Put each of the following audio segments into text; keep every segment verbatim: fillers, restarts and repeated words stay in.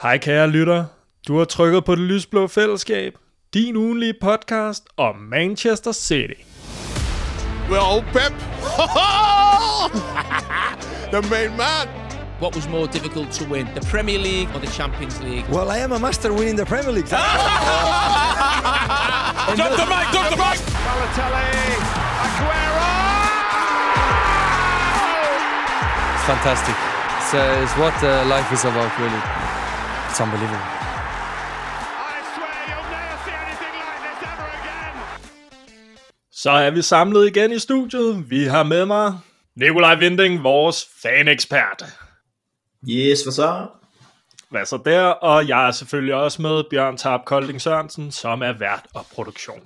Hej kære lytter, du har trykket på Det Lysblå Fællesskab, din ugenlige podcast om Manchester City. Well, Pep, the main man. What was more difficult to win, the Premier League or the Champions League? Well, I am a master winning the Premier League. Drop the mic, drop the mic. Balotelli, Aguero! It's fantastic. It's, uh, it's what uh, life is about, really. It's unbelievable. I swear you'll never see anything like this ever again. Så er vi samlet igen i studiet. Vi har med mig Nikolaj Vinding, vores fanekspert. Yes, hvad så? Hvad så der? Og jeg er selvfølgelig også med Bjørn Tarp Kolding Sørensen, som er vært og produktion.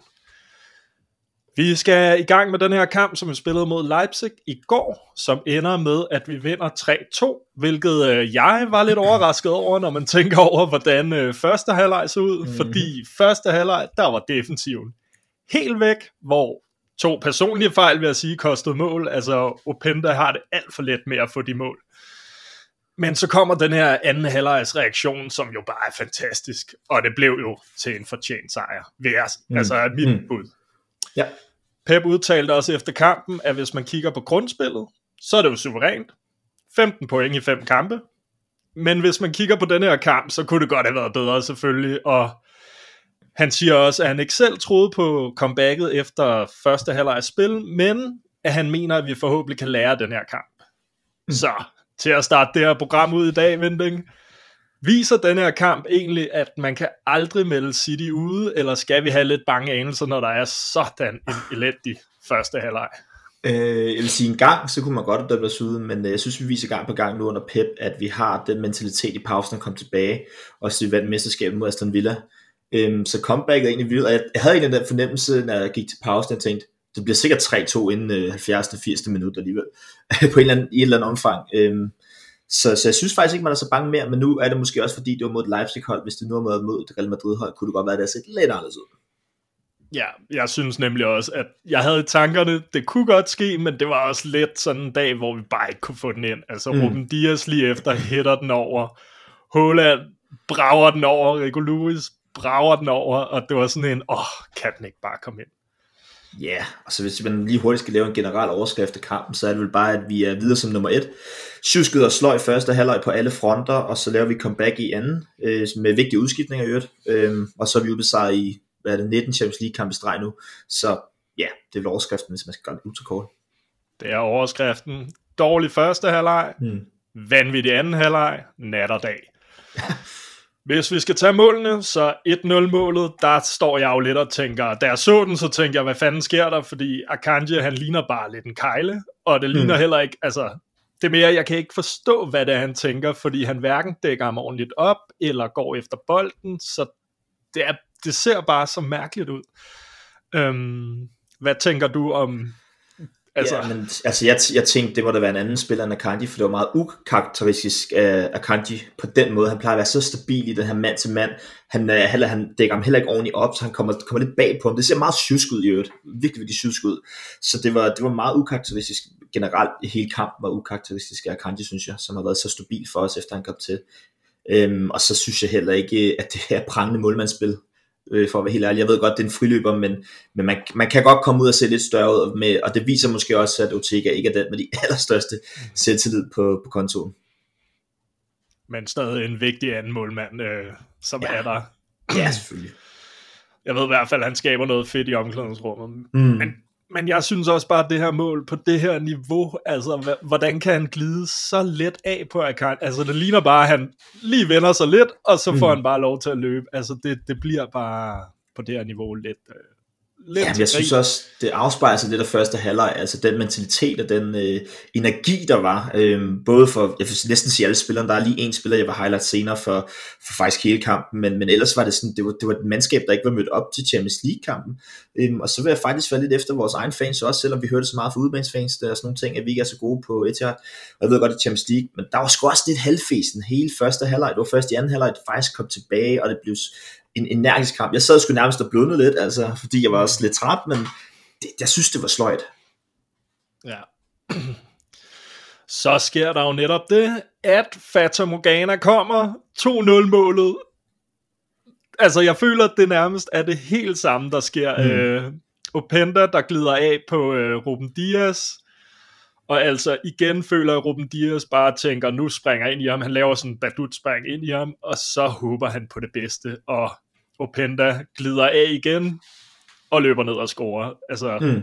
Vi skal i gang med den her kamp, som vi spillede mod Leipzig i går, som ender med, at vi vinder tre to, hvilket øh, jeg var lidt overrasket over, når man tænker over, hvordan øh, første halvleg så ud, mm-hmm. fordi første halvleg, der var defensiven helt væk, hvor to personlige fejl, vil jeg sige, kostede mål. Altså, Openda har det alt for let med at få de mål. Men så kommer den her anden halvlegs reaktion, som jo bare er fantastisk, og det blev jo til en fortjent sejr. Ved os. Mm. Altså, mit mm. bud. Ja. Pep udtalte også efter kampen, at hvis man kigger på grundspillet, så er det jo suverænt. femten point i fem kampe. Men hvis man kigger på den her kamp, så kunne det godt have været bedre selvfølgelig. Og han siger også, at han ikke selv troede på comebacket efter første halvlegs spil, men at han mener, at vi forhåbentlig kan lære den her kamp. Mm. Så til at starte det her program ud i dag, Vinding, viser den her kamp egentlig, at man kan aldrig melde City ude, eller skal vi have lidt bange anelser, når der er sådan en elendig første halvleg? Øh, jeg vil sige en gang, så kunne man godt have dømt os ude, men jeg synes, vi viser gang på gang nu under Pep, at vi har den mentalitet i pausen at komme tilbage, og så vi vandt mesterskabet mod Aston Villa. Øhm, så comebacket er egentlig vildt, og jeg havde egentlig den fornemmelse, når jeg gik til pausen, jeg tænkte, det bliver sikkert tre to inden øh, halvfjerds til firs minut alligevel, på en eller anden, i et eller andet omfang. Øhm, Så, så jeg synes faktisk ikke, man er så bange mere, men nu er det måske også, fordi det var mod et Leipzig-hold. Hvis det nu er mod et Real Madrid-hold, kunne det godt være, at det har set lidt anderledes ud. Ja, jeg synes nemlig også, at jeg havde i tankerne, det kunne godt ske, men det var også lidt sådan en dag, hvor vi bare ikke kunne få den ind. Altså mm. Ruben Dias lige efter hætter den over, Haaland brager den over, Rico Lewis brager den over, og det var sådan en, åh, oh, kan den ikke bare komme ind? Ja, yeah. Og så hvis man lige hurtigt skal lave en generel overskrift af kampen, så er det vel bare, at vi er videre som nummer et. Syv skyder og sløj første halvleg på alle fronter, og så laver vi comeback i anden, øh, med vigtige udskiftninger i øvrigt. Øh, og så er vi ubesejret i, hvad er det, nitten Champions League kamp i streg nu. Så ja, det er vel overskriften, hvis man skal gøre det ultrakort. Det er overskriften. Dårlig første halvleg, hmm. vanvittig anden halvleg, nat og dag. Hvis vi skal tage målene, så et nul målet, der står jeg jo lidt og tænker, da jeg så den, så tænker jeg, hvad fanden sker der, fordi Akanji, han ligner bare lidt en kejle, og det ligner mm. heller ikke, altså, det er mere, jeg kan ikke forstå, hvad det er, han tænker, fordi han hverken dækker ham ordentligt op, eller går efter bolden, så det, er, det ser bare så mærkeligt ud. Øhm, hvad tænker du om... Altså, ja, men, altså jeg, jeg tænkte, det må da være en anden spiller end Akanji, for det var meget ukarakteristisk af uh, Akanji på den måde. Han plejer at være så stabil i den her mand til mand. Han, uh, heller, han dækker ham heller ikke ordentligt op, så han kommer, kommer lidt bag på ham. Det ser meget sjusk ud i øvrigt. Virkelig, virkelig sjusk ud. Så det var, det var meget ukarakteristisk. Generelt hele kampen var ukarakteristisk af Akanji, synes jeg, som har været så stabil for os, efter han kom til. Um, og så synes jeg heller ikke, at det er prangende målmandsspil. For at være helt ærlig, jeg ved godt, det er en friløber, men, men man, man kan godt komme ud og se lidt større ud med, og det viser måske også, at Ortega ikke er den med de allerstørste selvtillid på, på kontoen. Men stadig en vigtig anden målmand, øh, som ja. er der. Ja, selvfølgelig. Jeg ved i hvert fald, at han skaber noget fedt i omklædningsrummet. Mm. Men, men jeg synes også bare, at det her mål på det her niveau, altså hvordan kan han glide så let af på Akanji? Altså det ligner bare, at han lige vender sig lidt, og så får mm. han bare lov til at løbe. Altså det, det bliver bare på det her niveau lidt... Øh, lidt ja, jeg synes også, det afspejler sig lidt af første halvleg, altså den mentalitet og den øh, energi, der var, øh, både for, jeg vil næsten sige alle spillerne, der er lige en spiller, jeg vil highlight senere for, for faktisk hele kampen, men, men ellers var det sådan, det var, det var et mandskab, der ikke var mødt op til Champions League-kampen, øh, og så vil jeg faktisk være lidt efter vores egen fans også, selvom vi hørte så meget fra udebanesfans, der er sådan nogle ting, at vi ikke er så gode på Etihad, og jeg ved godt, det er Champions League, men der var sgu også lidt halvfesten hele første halvleg, det var først i anden halvleg, det faktisk kom tilbage, og det blev en energisk kamp. Jeg sad sgu nærmest og blundede lidt, altså, fordi jeg var også lidt træt, men det, jeg synes, det var sløjt. Ja. Så sker der jo netop det, at Fata Morgana kommer, to nul målet, altså jeg føler, at det nærmest er det helt samme, der sker. Mm. Øh, Openda, der glider af på øh, Ruben Dias, og altså igen føler jeg, at Ruben Dias bare tænker, nu springer ind i ham, han laver sådan en badut-spring ind i ham, og så håber han på det bedste, og Openda glider af igen, og løber ned og scorer. Altså, mm.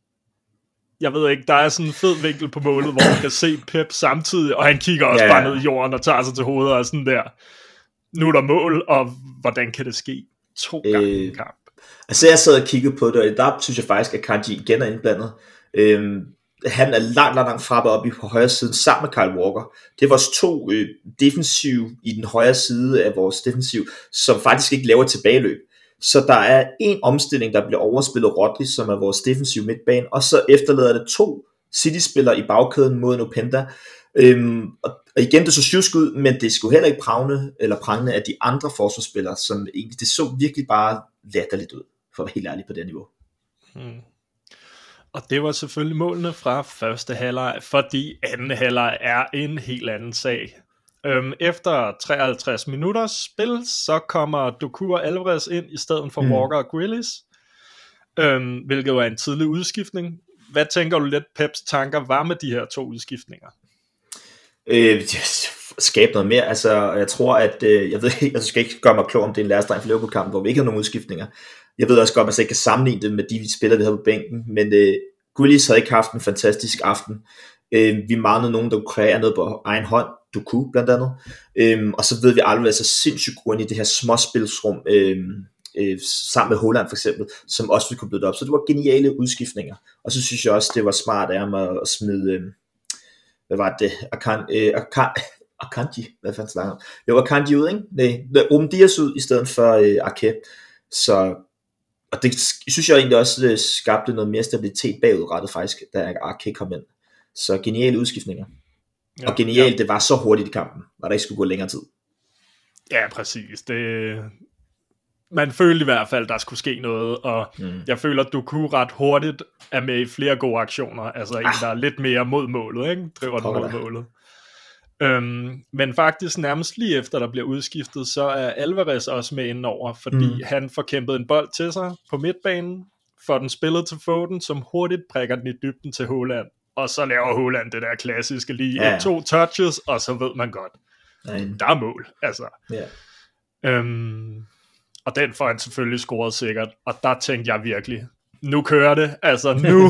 jeg ved ikke, der er sådan en fed vinkel på målet, hvor man kan se Pep samtidig, og han kigger også ja, ja. bare ned i jorden og tager sig til hovedet og sådan der. Nu er der mål, og hvordan kan det ske? To gange øh, i en kamp. Altså jeg sad og kiggede på det, og der synes jeg faktisk, at Kanji igen er indblandet. Øhm, han er langt, langt, langt frappe op i på højre side sammen med Kyle Walker. Det er vores to øh, defensiv i den højre side af vores defensiv, som faktisk ikke laver tilbageløb. Så der er en omstilling, der bliver overspillet Rodri, som er vores defensiv midtbane, og så efterlader det to City-spillere i bagkæden mod en Openda. Øhm, og igen, det så sjusk ud, men det skulle heller ikke prangende, eller prangende af de andre forsvarsspillere, som egentlig, det så virkelig bare latterligt ud, for at være helt ærlig på det niveau. Hmm. Og det var selvfølgelig målene fra første halvleg, fordi anden halvleg er en helt anden sag. Øhm, efter treoghalvtreds minutters spil, så kommer Doku og Alvarez ind i stedet for mm. Walker og Grealish, øhm, hvilket var en tidlig udskiftning. Hvad tænker du lidt Peps tanker var med de her to udskiftninger? Øh, skabe noget mere. Altså, jeg tror, at øh, jeg ved ikke, jeg skal ikke gøre mig klog om det er en lærestreng for Liverpool-kampen, hvor vi ikke har nogen udskiftninger. Jeg ved også godt, at man så ikke kan sammenligne det med de spillere, vi havde på bænken, men øh, Grealish havde ikke haft en fantastisk aften. Øh, vi manglede nogen, der kunne kreere noget på egen hånd, Doku blandt andet, øh, og så ved vi aldrig, at så sindssygt gode i det her småspilsrum, øh, øh, sammen med Holland for eksempel, som også ville kunne blive det op. Så det var geniale udskiftninger, og så synes jeg også, det var smart af ham at, at smide, øh, hvad var det, Akan, øh, Akan, Akanji, hvad fanden snakker om? Det var Akanji ud, ikke? Nej, Ruben Dias ud, i stedet for øh, Arke. Så, og det synes jeg egentlig også øh, skabte noget mere stabilitet bagudrettet faktisk, da Arke kom ind. Så geniale udskiftninger. Ja, og genialt, ja. Det var så hurtigt i kampen, og der ikke skulle gå længere tid. Ja, præcis. Det... Man følte i hvert fald, der skulle ske noget, og mm. jeg føler, at Doku ret hurtigt er med i flere gode aktioner. Altså en, der er lidt mere mod målet, ikke? Driver den mod målet. Øhm, men faktisk nærmest lige efter, der bliver udskiftet, så er Alvarez også med indenover, fordi mm. han får kæmpet en bold til sig på midtbanen, får den spillet til Foden, som hurtigt prikker den i dybden til Haaland. Og så laver Haaland det der klassiske lige ja. to touches, og så ved man godt, ja. der er mål. Altså. Ja. Øhm, og den får han selvfølgelig scoret sikkert, og der tænkte jeg virkelig, nu kører det, altså nu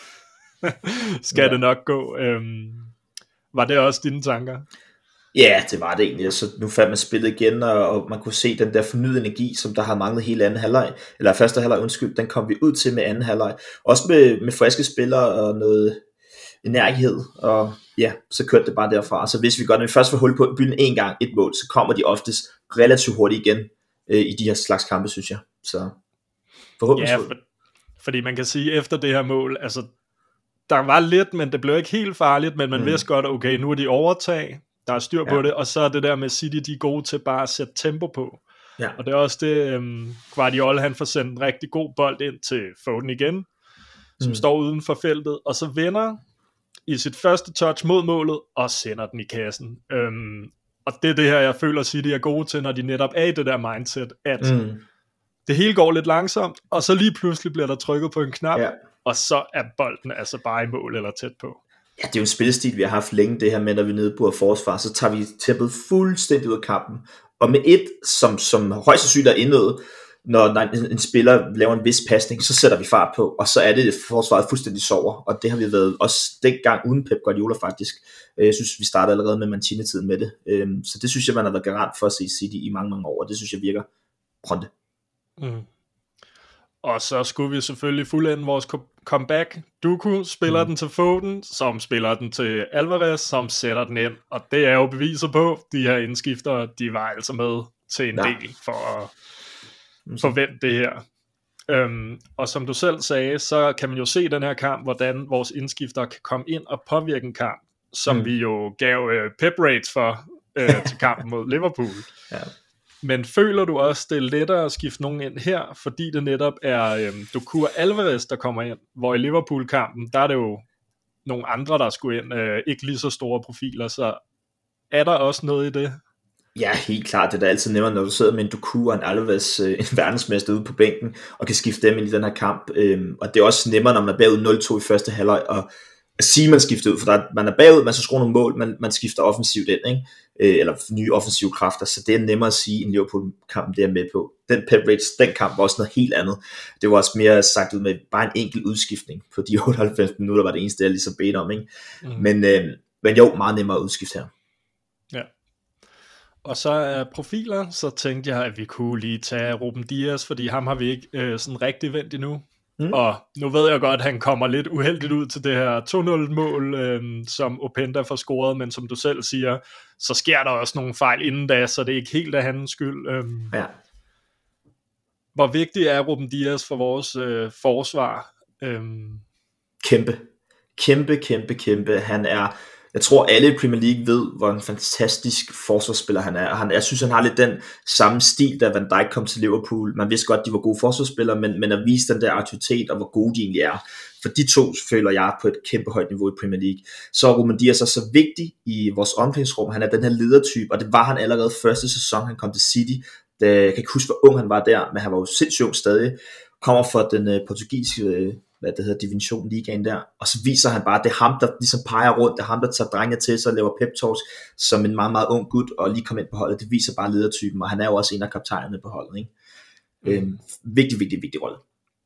skal ja. det nok gå. Øhm, var det også dine tanker? Ja, det var det egentlig. Så nu fandt man spillet igen, og, og man kunne se den der fornyede energi, som der har manglet hele anden halvleg, eller første halvleg, undskyld, den kom vi ud til med anden halvleg. Også med, med friske spillere og noget energihed, og ja, så kørte det bare derfra. Så hvis vi godt, når vi først får hul på byen en gang, et mål, så kommer de oftest relativt hurtigt igen øh, i de her slags kampe, synes jeg. Så forhåbentlig. Ja, for, fordi man kan sige, efter det her mål, altså, der var lidt, men det blev ikke helt farligt, men man mm. vidste godt, okay, nu er de overtag, der er styr på ja. det, og så er det der med City, de er gode til bare at sætte tempo på. Ja. Og det er også det, um, Guardiola, han får sendt en rigtig god bold ind til Foden igen, som mm. står uden for feltet, og så vender i sit første touch mod målet, og sender den i kassen. Øhm, og det er det her, jeg føler, City er gode til, når de netop er i det der mindset, at mm. det hele går lidt langsomt, og så lige pludselig bliver der trykket på en knap, ja. og så er bolden altså bare i mål eller tæt på. Ja, det er jo en spillestil, vi har haft længe, det her med, når vi er nede på forsvar, så tager vi tempet fuldstændig ud af kampen. Og med et, som, som højst sandsynligt er indøvet, når en, en spiller laver en vis pasning, så sætter vi fart på, og så er det forsvaret fuldstændig sover, og det har vi været også dengang uden Pep Guardiola faktisk. Jeg synes, vi startede allerede med Mancini-tiden med det, så det synes jeg, man har været garant for at se City i mange, mange år, og det synes jeg virker pronte. Mm. Og så skulle vi selvfølgelig fuldende vores comeback. Doku spiller mm. den til Foden, som spiller den til Alvarez, som sætter den ind, og det er jo beviser på, de her indskiftere, de var altså med til en ja. del for at forvente det her. Øhm, og som du selv sagde, så kan man jo se i den her kamp, hvordan vores indskiftere kan komme ind og påvirke en kamp, som mm. vi jo gav øh, pep rates for øh, til kampen mod Liverpool. Ja. Men føler du også, det er lettere at skifte nogen ind her, fordi det netop er øh, Doku og Alvarez, der kommer ind, hvor i Liverpool-kampen, der er det jo nogle andre, der skulle ind, øh, ikke lige så store profiler, så er der også noget i det? Ja, helt klart. Det er da altid nemmere, når du sidder med en Doku og en Alves, en verdensmester ude på bænken, og kan skifte dem ind i den her kamp. Og det er også nemmere, når man er bagud nul to i første halvleg, og at sige, man skifter ud, for der, man er bagud, man skal skrue nogle mål, man, man skifter offensivt ind, ikke? Eller nye offensive kræfter, så det er nemmere at sige, end Liverpool-kampen, det er med på. Den pep rates, den kamp var også noget helt andet. Det var også mere sagt ud med bare en enkelt udskiftning på de otteoghalvfems minutter, var det eneste, jeg ligesom bedte om, ikke? Mm. Men, øh, men jo, meget nemmere at udskifte her. Ja. Og så er profiler, så tænkte jeg, at vi kunne lige tage Ruben Dias, fordi ham har vi ikke øh, sådan rigtig vendt endnu. Mm. Og nu ved jeg godt, at han kommer lidt uheldigt ud til det her to nul mål, øh, som Openda får scoret, men som du selv siger, så sker der også nogle fejl inden da, så det er ikke helt af hans skyld. Øh. Ja. Hvor vigtig er Ruben Dias for vores øh, forsvar? Øh. Kæmpe. Kæmpe, kæmpe, kæmpe. Han er... Jeg tror alle i Premier League ved, hvor en fantastisk forsvarsspiller han er. Han, jeg synes, han har lidt den samme stil, da Van Dijk kom til Liverpool. Man vidste godt, de var gode forsvarsspillere, men, men at vise den der autoritet, og hvor gode de egentlig er. For de to føler jeg på et kæmpe højt niveau i Premier League. Så Ruben Dias er så vigtig i vores omklædningsrum. Han er den her ledertype, og det var han allerede første sæson, han kom til City. Det, jeg kan ikke huske, hvor ung han var der, men han var jo sindssygt ung stadig. Kommer fra den uh, portugisiske... Uh, hvad det hedder, Division Ligaen der, og så viser han bare, at det er ham, der ligesom peger rundt, det er ham, der tager drengene til sig og laver pep talks, som en meget, meget ung gut, og lige kom ind på holdet, det viser bare ledertypen, og han er jo også en af kaptajnerne på holdet, ikke? Mm. Øhm, vigtig, vigtig, vigtig rolle.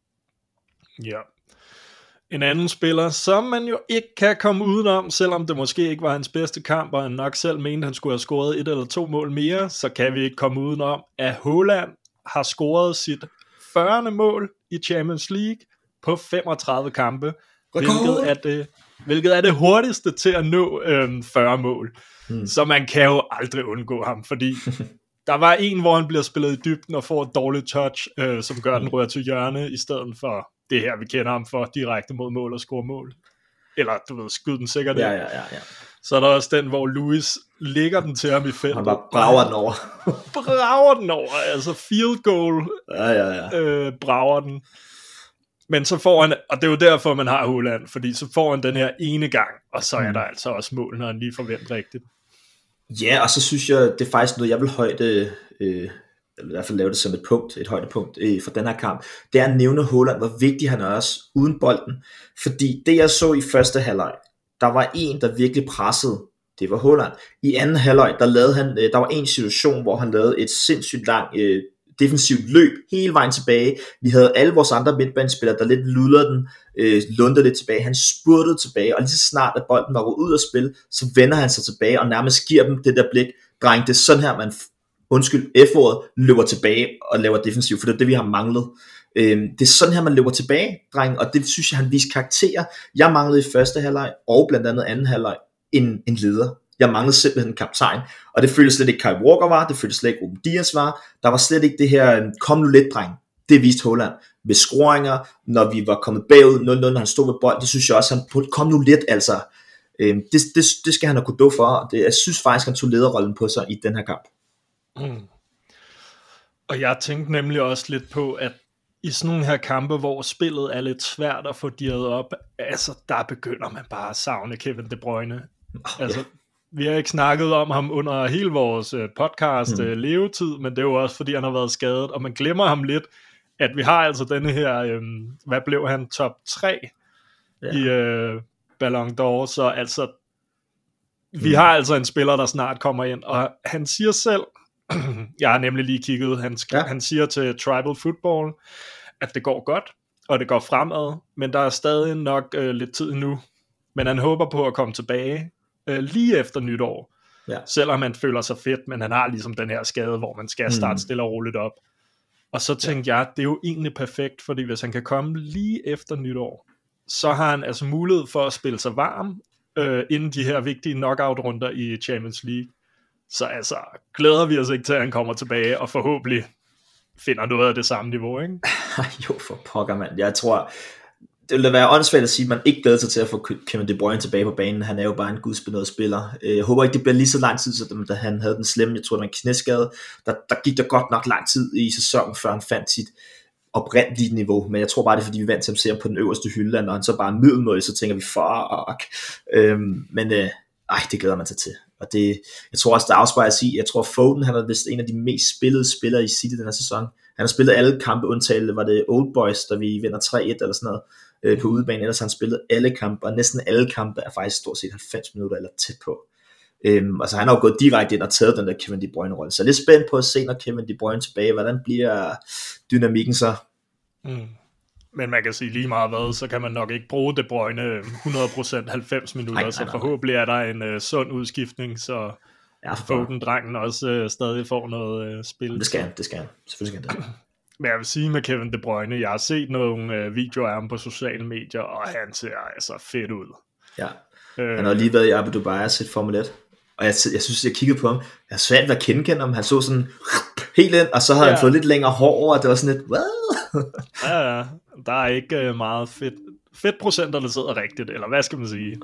Ja. En anden spiller, som man jo ikke kan komme udenom, selvom det måske ikke var hans bedste kamp, og han nok selv mente, han skulle have scoret et eller to mål mere, så kan vi ikke komme udenom, at Haaland har scoret sit fyrrende mål i Champions League, på femogtredive kampe, hvilket er, det, hvilket er det hurtigste til at nå øhm, fyrre mål. Hmm. Så man kan jo aldrig undgå ham, fordi der var en, hvor han bliver spillet i dybden og får et dårligt touch, øh, som gør den rører til hjørne, i stedet for det her, vi kender ham for, direkte mod mål og score mål. Eller, du ved, skyde den sikkert. Ja, ja, ja, ja. Så er der også den, hvor Lewis lægger den til ham i feltet. Han bare brager den over. brager den over, altså field goal. Ja, ja, ja. Øh, brager den. Men så får han, og det er jo derfor, man har Haaland, fordi så får han den her ene gang, og så er der altså også mål, når han lige forventer rigtigt. Ja, og så synes jeg, det er faktisk noget, jeg vil højde, øh, eller i hvert fald lave det som et punkt, et højdepunkt øh, for den her kamp, det er at nævne Haaland, hvor vigtig han er også uden bolden. Fordi det jeg så i første halvleg, der var en, der virkelig pressede, det var Haaland. I anden halvleg, der lavede han, øh, der var en situation, hvor han lavede et sindssygt langt øh, defensivt løb hele vejen tilbage. Vi havde alle vores andre midtbanespillere, der lidt ludder den, øh, lunder lidt tilbage. Han spurtede tilbage, og lige så snart at bolden var gået ud af spil, så vender han sig tilbage og nærmest giver dem det der blik. Dreng, det er sådan her, man, undskyld, F-ordet, løber tilbage og laver defensivt, for det er det, vi har manglet. Øh, det er sådan her, man løber tilbage, dreng, og det synes jeg, han viste karakterer. Jeg manglede i første halvleg, og blandt andet anden halvleg, en, en leder. Jeg manglede simpelthen en kaptajn, og det føltes slet ikke Kyle Walker var, det føltes slet ikke Ruben Dias var, der var slet ikke det her, kom nu lidt, dreng. Det viste Haaland ved scoringer, når vi var kommet bagud nul nul, når han stod ved bolden, det synes jeg også, han kom nu lidt, altså. Det, det, det skal han have kudo for, og det, jeg synes faktisk, han tog lederrollen på sig i den her kamp. Mm. Og jeg tænkte nemlig også lidt på, at i sådan nogle her kampe, hvor spillet er lidt svært at få dirret op, altså der begynder man bare at savne Kevin De Bruyne. Oh, altså, yeah. Vi har ikke snakket om ham under hele vores podcast mm. levetid, men det er jo også fordi han har været skadet, og man glemmer ham lidt, at vi har altså denne her, øhm, hvad blev han, top tre yeah. i øh, Ballon d'Or, så altså vi mm. har altså en spiller, der snart kommer ind, og han siger selv, jeg har nemlig lige kigget, han, sk- ja. han siger til Tribal Football, at det går godt, og det går fremad, men der er stadig nok øh, lidt tid endnu, men han håber på at komme tilbage øh, lige efter nytår, ja. Selvom han føler sig fedt, men han har ligesom den her skade, hvor man skal starte mm. stille og roligt op. Og så tænkte ja. jeg, det er jo egentlig perfekt, fordi hvis han kan komme lige efter nytår, så har han altså mulighed for at spille sig varm, øh, inden de her vigtige knockout-runder i Champions League. Så altså, glæder vi os ikke til, at han kommer tilbage, og forhåbentlig finder noget af det samme niveau, ikke? Jo, for pokker, mand. Jeg tror, det ville da være åndssvagt at sige, at man ikke glæder sig til at få Kevin De Bruyne tilbage på banen. Han er jo bare en gudsbenået spiller. Jeg håber ikke, det bliver lige så lang tid, som da han havde den slemme, jeg tror, det var en knæskade. Der, der gik der godt nok lang tid i sæsonen, før han fandt sit oprindelige niveau. Men jeg tror bare, det er, fordi vi er vant til at se ham på den øverste hylde, og han så bare middelmål, så tænker vi, fuck. Øhm, men øh, ej, det glæder man sig til. og det, jeg tror også, der afspejler sig i, jeg tror Foden, han er vist en af de mest spillede spillere i City den her sæson. Han har spillet alle kampe, undtaget var det Old Boys, da vi vinder tre et eller sådan noget øh, på udebane, ellers har han spillet alle kampe, og næsten alle kampe er faktisk stort set halvfems minutter eller tæt på. Øhm, altså han har jo gået direkte ind og taget den der Kevin De Bruyne rolle, så jeg er lidt spændt på at se, når Kevin De Bruyne tilbage, hvordan bliver dynamikken så? Mm. Men man kan sige lige meget hvad, så kan man nok ikke bruge De Bruyne hundrede procent halvfems minutter, nej, nej, nej. Så forhåbentlig er der en uh, sund udskiftning, så ja, Foden-drengen også uh, stadig får noget uh, spil. Det skal han, det skal han, selvfølgelig skal han det. Men jeg vil sige med Kevin De Bruyne, jeg har set nogle uh, videoer af ham på sociale medier, og han ser altså fedt ud. Ja, øh, han har lige været i Abu Dhabi og set Formel et, og jeg, jeg synes, jeg kiggede på ham, jeg har svært ved at kende ham, han så sådan helt ind, og så havde ja. han fået lidt længere hår over, og det var sådan lidt, hvad? Ja, ja, der er ikke uh, meget fedt, fedtprocenter, der sidder rigtigt, eller hvad skal man sige?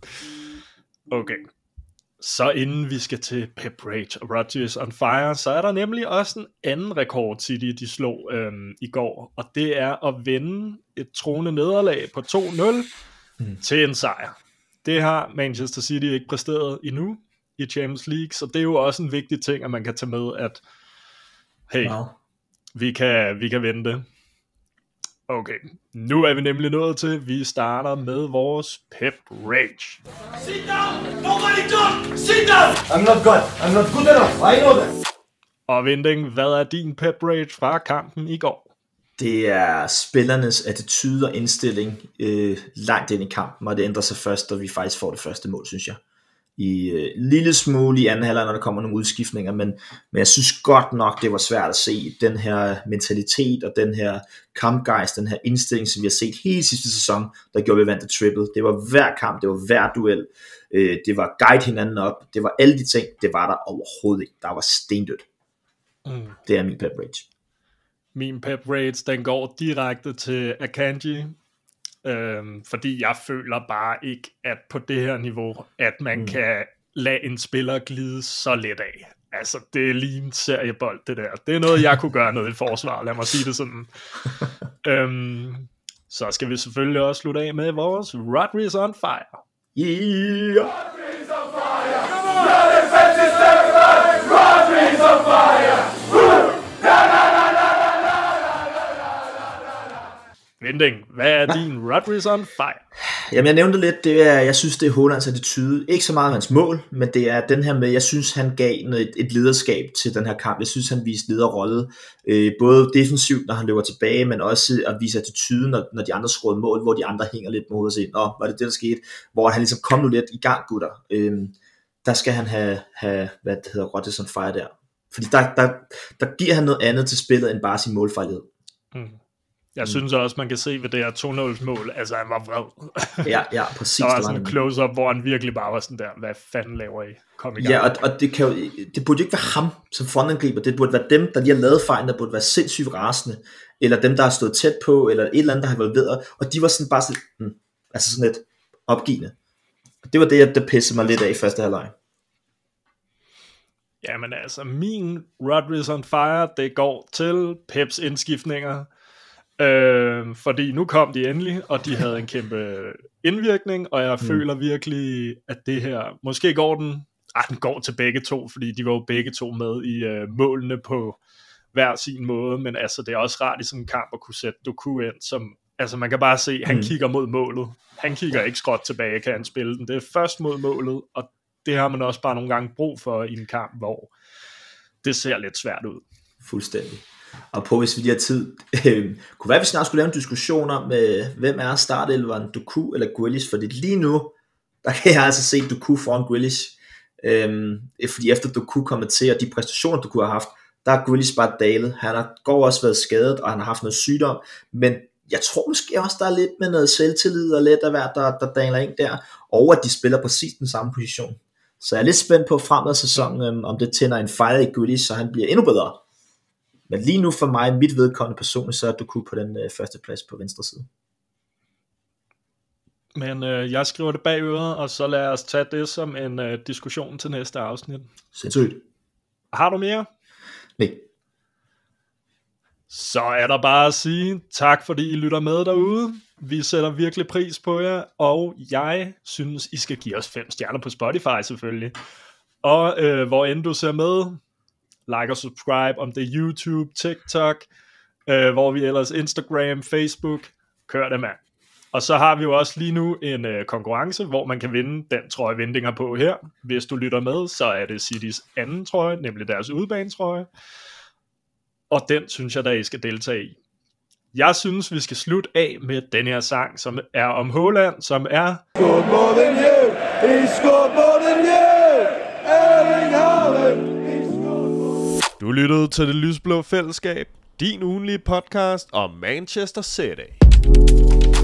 Okay, så inden vi skal til Pep Rage og Rodgers on Fire, så er der nemlig også en anden rekord, City de slog øhm, i går, og det er at vinde et troende nederlag på to nul mm. til en sejr. Det har Manchester City ikke præsteret endnu i Champions League, så det er jo også en vigtig ting, at man kan tage med, at hey, wow. vi, kan, vi kan vinde det. Okay, nu er vi nemlig nået til, vi starter med vores Pep Rage. Sit down! Nobody talk! Sit down! I'm not good. I'm not good enough. I know that. Og Vinding, hvad er din Pep Rage fra kampen i går? Det er spillernes attitude og indstilling øh, langt ind i kampen, og det ændrer sig først, da vi faktisk får det første mål, synes jeg. I øh, lille smule i anden halvleg, når der kommer nogle udskiftninger, men, men jeg synes godt nok, det var svært at se den her mentalitet og den her kampgejst, den her indstilling, som vi har set hele sidste sæson, der gjorde vi vandt til triple. Det var hver kamp, det var hver duel, øh, det var guide hinanden op, det var alle de ting, det var der overhovedet ikke. Der var stendødt. Mm. Det er min Pep Rage. Min Pep Rage, den går direkte til Akanji, øhm, fordi jeg føler bare ikke, at på det her niveau, at man mm. kan lade en spiller glide så let af. Altså, det er lige en seriebold, det der. Det er noget, jeg kunne gøre noget i forsvaret, lad mig sige det sådan. øhm, så skal vi selvfølgelig også slutte af med vores Rodgers on Fire. Yeah! Rodgers on fire! Come on! Your defense is terrified! Rodgers on fire! Vinding, hvad er din Rodgers on Fire? Jamen jeg nævnte lidt, det er, jeg synes det er Haalands attitude, ikke så meget hans mål, men det er den her med, jeg synes han gav et, et lederskab til den her kamp, jeg synes han viste lederrolle, øh, både defensivt når han løber tilbage, men også at vise attitude, når, når de andre scorede mål, hvor de andre hænger lidt med hovedet og siger, åh, var det det der skete, hvor han ligesom kom nu lidt i gang, gutter, øh, der skal han have, have hvad det hedder, Rodgers on Fire der, fordi der, der, der giver han noget andet til spillet, end bare sin målfejlighed. Mm. Jeg synes også, man kan se ved det her to nul mål, altså han var vred. Ja, ja, præcis. Der var sådan en close-up, hvor han virkelig bare var sådan der, hvad fanden laver I? Kom i gang. Ja, og, og det, kan jo, det burde jo ikke være ham som frontangriber, det burde være dem, der lige har lavet fejlen, der burde være sindssygt rasende, eller dem, der har stået tæt på, eller et eller andet, der har været ved, og de var sådan bare sådan, hmm, altså sådan lidt opgivende. Det var det, der pissede mig lidt af i første halvleg. Jamen altså, min Rodgers on Fire, det går til Peps indskiftninger. Øh, fordi nu kom de endelig, og de havde en kæmpe indvirkning, og jeg mm. føler virkelig, at det her, måske går den, ej, den går til begge to, fordi de var jo begge to med i øh, målene på hver sin måde, men altså det er også rart i sådan en kamp at kunne sætte Doku ind, som, altså man kan bare se, han mm. kigger mod målet, han kigger ikke skråt tilbage, kan han spille den, det er først mod målet, og det har man også bare nogle gange brug for i en kamp, hvor det ser lidt svært ud. Fuldstændig. Og på hvis vi lige har tid, øh, kunne være, at vi snart skulle lave en diskussion om, øh, hvem er startelveren, Doku eller Grealish, fordi lige nu, der kan jeg altså se Doku foran Grealish, øh, fordi efter Doku kommer til, og de præstationer, Doku har haft, der er Grealish bare dalet, han har går også været skadet, og han har haft noget sygdom, men jeg tror måske også, der er lidt med noget selvtillid, og lidt af hvert, der, der daler ind der, og at de spiller præcis den samme position. Så jeg er lidt spændt på fremad sæsonen, øh, om det tænder en fejl i Grealish, så han bliver endnu bedre. Men lige nu for mig, mit vedkommende personligt, så er Doku på den øh, første plads på venstre side. Men øh, jeg skriver det bag øret, og så lad os tage det som en øh, diskussion til næste afsnit. Sindssygt. Har du mere? Nej. Så er der bare at sige tak, fordi I lytter med derude. Vi sætter virkelig pris på jer, og jeg synes, I skal give os fem stjerner på Spotify selvfølgelig. Og øh, hvor end du ser med, like og subscribe, om det er YouTube, TikTok, øh, hvor vi ellers Instagram, Facebook, kør det, mand. Og så har vi jo også lige nu en øh, konkurrence, hvor man kan vinde den trøje, Vindinger på her. Hvis du lytter med, så er det Citys anden trøje, nemlig deres udebanetrøje. Og den synes jeg, da I skal deltage i. Jeg synes, vi skal slutte af med den her sang, som er om Haaland, som er... Scored more than you. He scored more than you. Erling Haaland. He scored more. Du lyttede til Det Lysblå Fællesskab, din ugenlige podcast om Manchester City.